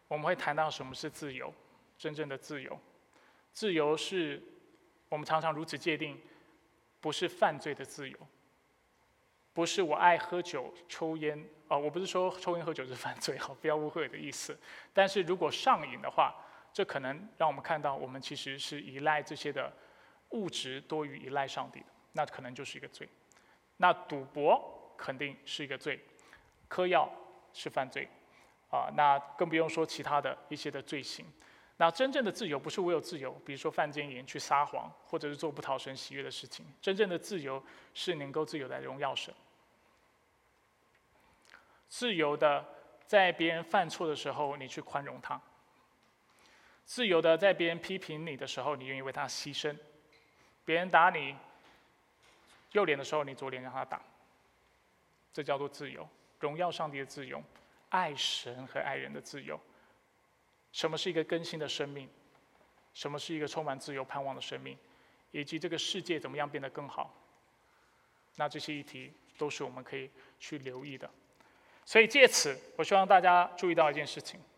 我们会谈到什么是自由，真正的自由。自由是我们常常如此界定，不是犯罪的自由，不是我爱喝酒、抽烟我不是说抽烟喝酒是犯罪不要误会我的意思。但是如果上瘾的话，这可能让我们看到我们其实是依赖这些的物质多于依赖上帝的，那可能就是一个罪。那赌博肯定是一个罪，嗑药是犯罪那更不用说其他的一些的罪行。那真正的自由不是我有自由，比如说犯奸淫、去撒谎，或者是做不讨神喜悦的事情。真正的自由是能够自由地荣耀神，自由的在别人犯错的时候，你去宽容他；自由的在别人批评你的时候，你愿意为他牺牲；别人打你右脸的时候，你左脸让他打。这叫做自由，荣耀上帝的自由，爱神和爱人的自由。什么是一个更新的生命？什么是一个充满自由盼望的生命？以及这个世界怎么样变得更好？那这些议题都是我们可以去留意的。所以借此，我希望大家注意到一件事情：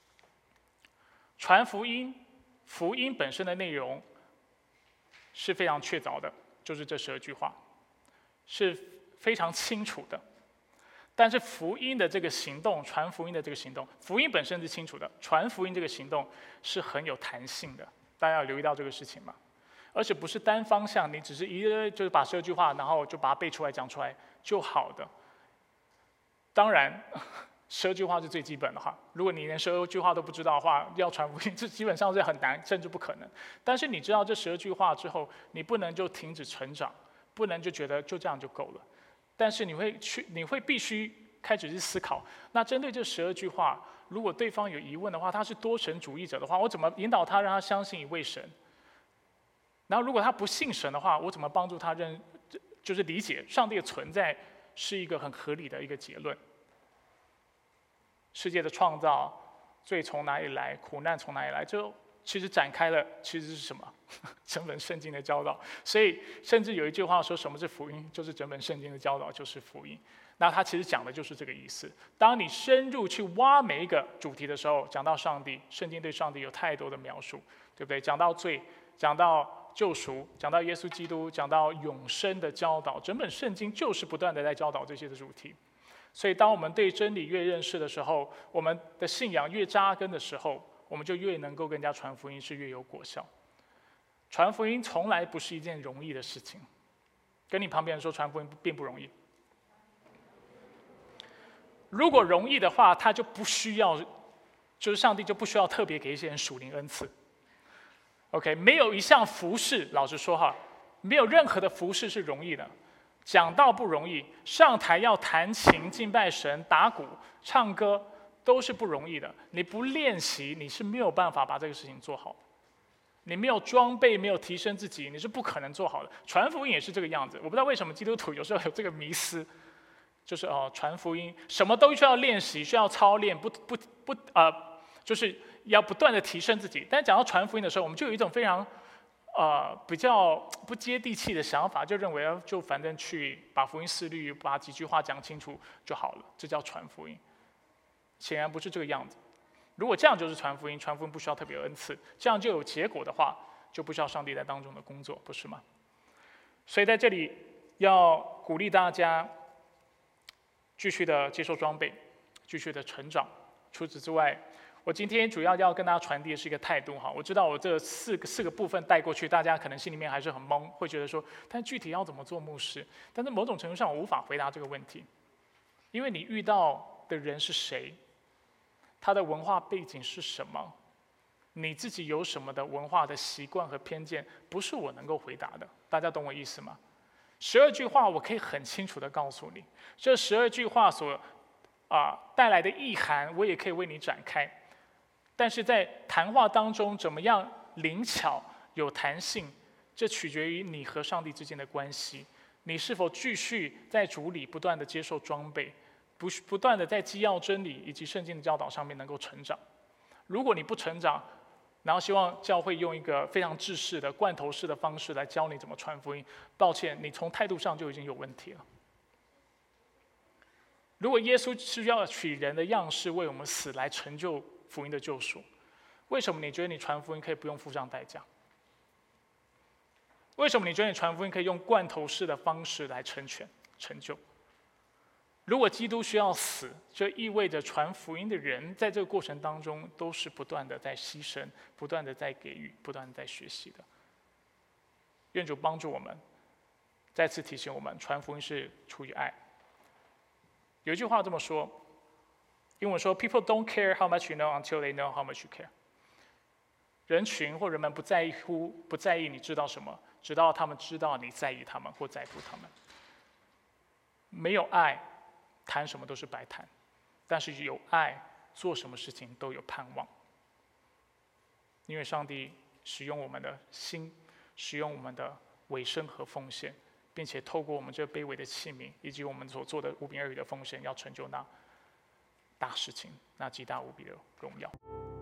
传福音，福音本身的内容是非常确凿的，就是这12句话，是非常清楚的。但是福音的这个行动，传福音的这个行动，福音本身是清楚的，传福音这个行动是很有弹性的，大家要留意到这个事情嘛。而且不是单方向，你只是就是把12句话，然后就把它背出来讲出来就好的。当然，12句话是最基本的哈。如果你连12句话都不知道的话，要传福音，这基本上是很难，甚至不可能。但是你知道这12句话之后，你不能就停止成长，不能就觉得就这样就够了。但是你会必须开始去思考，那针对这12句话，如果对方有疑问的话，他是多神主义者的话，我怎么引导他让他相信一位神？然后如果他不信神的话，我怎么帮助他就是理解上帝的存在是一个很合理的一个结论？世界的创造，罪从哪里来？苦难从哪里来？这其实展开了，其实是什么？整本圣经的教导。所以甚至有一句话说，什么是福音？就是整本圣经的教导就是福音。那他其实讲的就是这个意思。当你深入去挖每一个主题的时候，讲到上帝，圣经对上帝有太多的描述，对不对？讲到罪，讲到救赎，讲到耶稣基督，讲到永生的教导，整本圣经就是不断的在教导这些的主题。所以当我们对真理越认识的时候，我们的信仰越扎根的时候，我们就越能够跟人家传福音，是越有果效。传福音从来不是一件容易的事情，跟你旁边人说传福音并不容易。如果容易的话，他就不需要，就是上帝就不需要特别给一些人属灵恩赐。OK， 没有一项服事，老实说哈，没有任何的服事是容易的。讲道不容易，上台要弹琴、敬拜神、打鼓、唱歌，都是不容易的。你不练习，你是没有办法把这个事情做好的。你没有装备，没有提升自己，你是不可能做好的。传福音也是这个样子。我不知道为什么基督徒有时候有这个迷思，就是传福音什么都需要练习，需要操练，就是要不断的提升自己。但是讲到传福音的时候，我们就有一种非常比较不接地气的想法，就认为就反正去把福音思虑，把几句话讲清楚就好了，这叫传福音。显然不是这个样子。如果这样就是传福音，传福音不需要特别恩赐，这样就有结果的话，就不需要上帝在当中的工作，不是吗？所以在这里要鼓励大家继续的接受装备，继续的成长。除此之外，我今天主要要跟大家传递的是一个态度哈。我知道我这四个部分带过去，大家可能心里面还是很懵，会觉得说，但具体要怎么做牧师？但是某种程度上，我无法回答这个问题，因为你遇到的人是谁，他的文化背景是什么，你自己有什么的文化的习惯和偏见，不是我能够回答的。大家懂我意思吗？12句话我可以很清楚的告诉你，这12句话所带来的意涵，我也可以为你展开。但是在谈话当中怎么样灵巧有弹性，这取决于你和上帝之间的关系。你是否继续在主里不断的接受装备，不断的在基要真理以及圣经的教导上面能够成长。如果你不成长，然后希望教会用一个非常制式的罐头式的方式来教你怎么传福音，抱歉，你从态度上就已经有问题了。如果耶稣是要取人的样式为我们死来成就福音的救赎？为什么你觉得你传福音可以不用付上代价？为什么你觉得你传福音可以用罐头式的方式来成就？如果基督需要死，这意味着传福音的人在这个过程当中都是不断的在牺牲，不断的在给予，不断的在学习的。愿主帮助我们，再次提醒我们，传福音是出于爱。有一句话这么说，英文说 ：“People don't care how much you know until they know how much you care。”人群或人们不在意你知道什么，直到他们知道你在意他们或在乎他们。没有爱，谈什么都是白谈；但是有爱，做什么事情都有盼望。因为上帝使用我们的心，使用我们的委身和奉献，并且透过我们这卑微的器皿，以及我们所做的无饼二鱼的奉献，要成就那大事情，那极大无比的荣耀。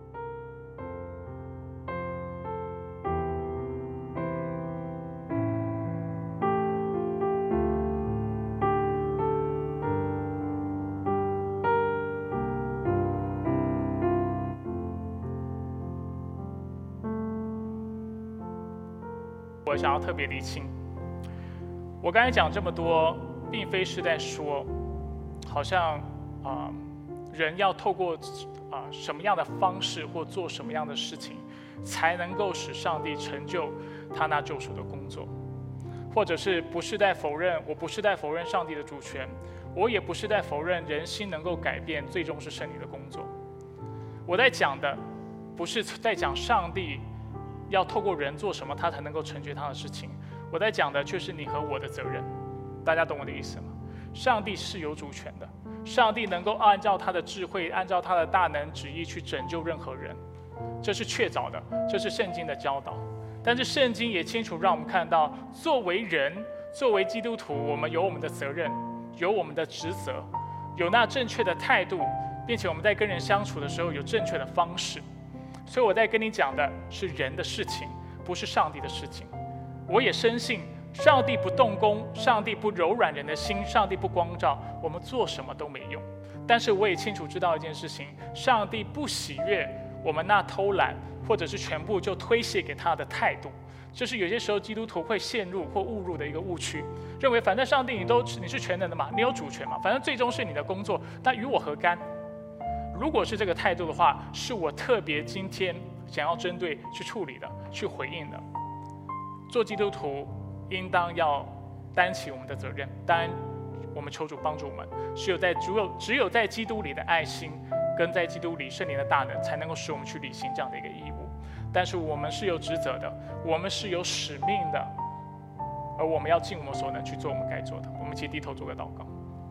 我想要特别厘清，我刚才讲这么多，并非是在说，好像人要透过什么样的方式或做什么样的事情，才能够使上帝成就他那救赎的工作，或者是不是在否认？我不是在否认上帝的主权，我也不是在否认人心能够改变，最终是圣灵的工作。我在讲的，不是在讲上帝要透过人做什么，他才能够成就他的事情。我在讲的却是你和我的责任。大家懂我的意思吗？上帝是有主权的，上帝能够按照他的智慧，按照他的大能旨意去拯救任何人，这是确凿的，这是圣经的教导。但是圣经也清楚让我们看到，作为人，作为基督徒，我们有我们的责任，有我们的职责，有那正确的态度，并且我们在跟人相处的时候有正确的方式。所以我在跟你讲的是人的事情，不是上帝的事情。我也深信上帝不动工，上帝不柔软人的心，上帝不光照，我们做什么都没用。但是我也清楚知道一件事情，上帝不喜悦我们那偷懒或者是全部就推卸给他的态度。这是有些时候基督徒会陷入或误入的一个误区，认为反正上帝你是全能的嘛，你有主权嘛，反正最终是你的工作，但与我何干？如果是这个态度的话，是我特别今天想要针对去处理的，去回应的。做基督徒应当要担起我们的责任，当然我们求主帮助我们，只有在基督里的爱心跟在基督里圣灵的大能，才能够使我们去履行这样的一个义务。但是我们是有职责的，我们是有使命的，而我们要尽我们所能去做我们该做的。我们一起低头做个祷告。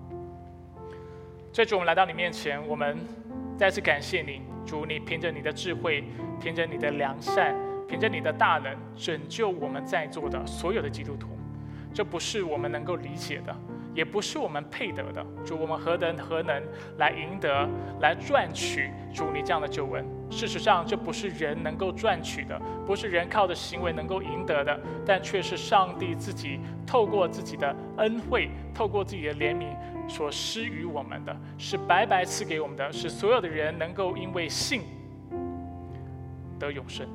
主，我们来到你面前，我们再次感谢你，主，你凭着你的智慧，凭着你的良善，凭着你的大能，拯救我们在座的所有的基督徒。这不是我们能够理解的，也不是我们配得的。主，我们何能来赢得、来赚取主你这样的救恩？事实上，这不是人能够赚取的，不是人靠着行为能够赢得的，但却是上帝自己透过自己的恩惠，透过自己的怜悯所施予我们的，是白白赐给我们的，使所有的人能够因为信得永生。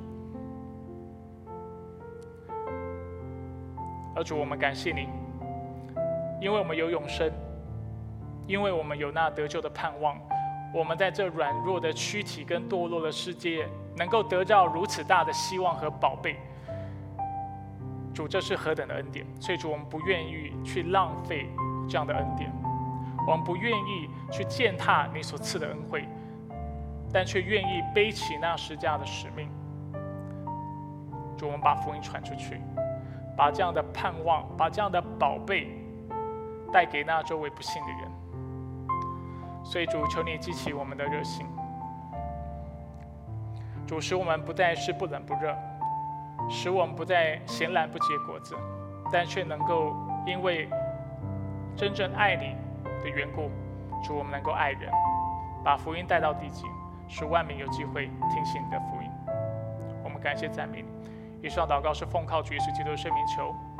而主，我们感谢你，因为我们有永生，因为我们有那得救的盼望，我们在这软弱的躯体跟堕落的世界，能够得到如此大的希望和宝贝。主，这是何等的恩典！所以主，我们不愿意去浪费这样的恩典，我们不愿意去践踏你所赐的恩惠，但却愿意背起那十架的使命。主，我们把福音传出去，把这样的盼望，把这样的宝贝带给那周围不信的人。所以主，求你激起我们的热心，主，使我们不再是不冷不热，使我们不再闲懒不结果子，但却能够因为真正爱你的缘故，主，我们能够爱人，把福音带到地极，使万民有机会听信你的福音。我们感谢赞美你。以上祷告是奉靠主耶稣基督的圣名求。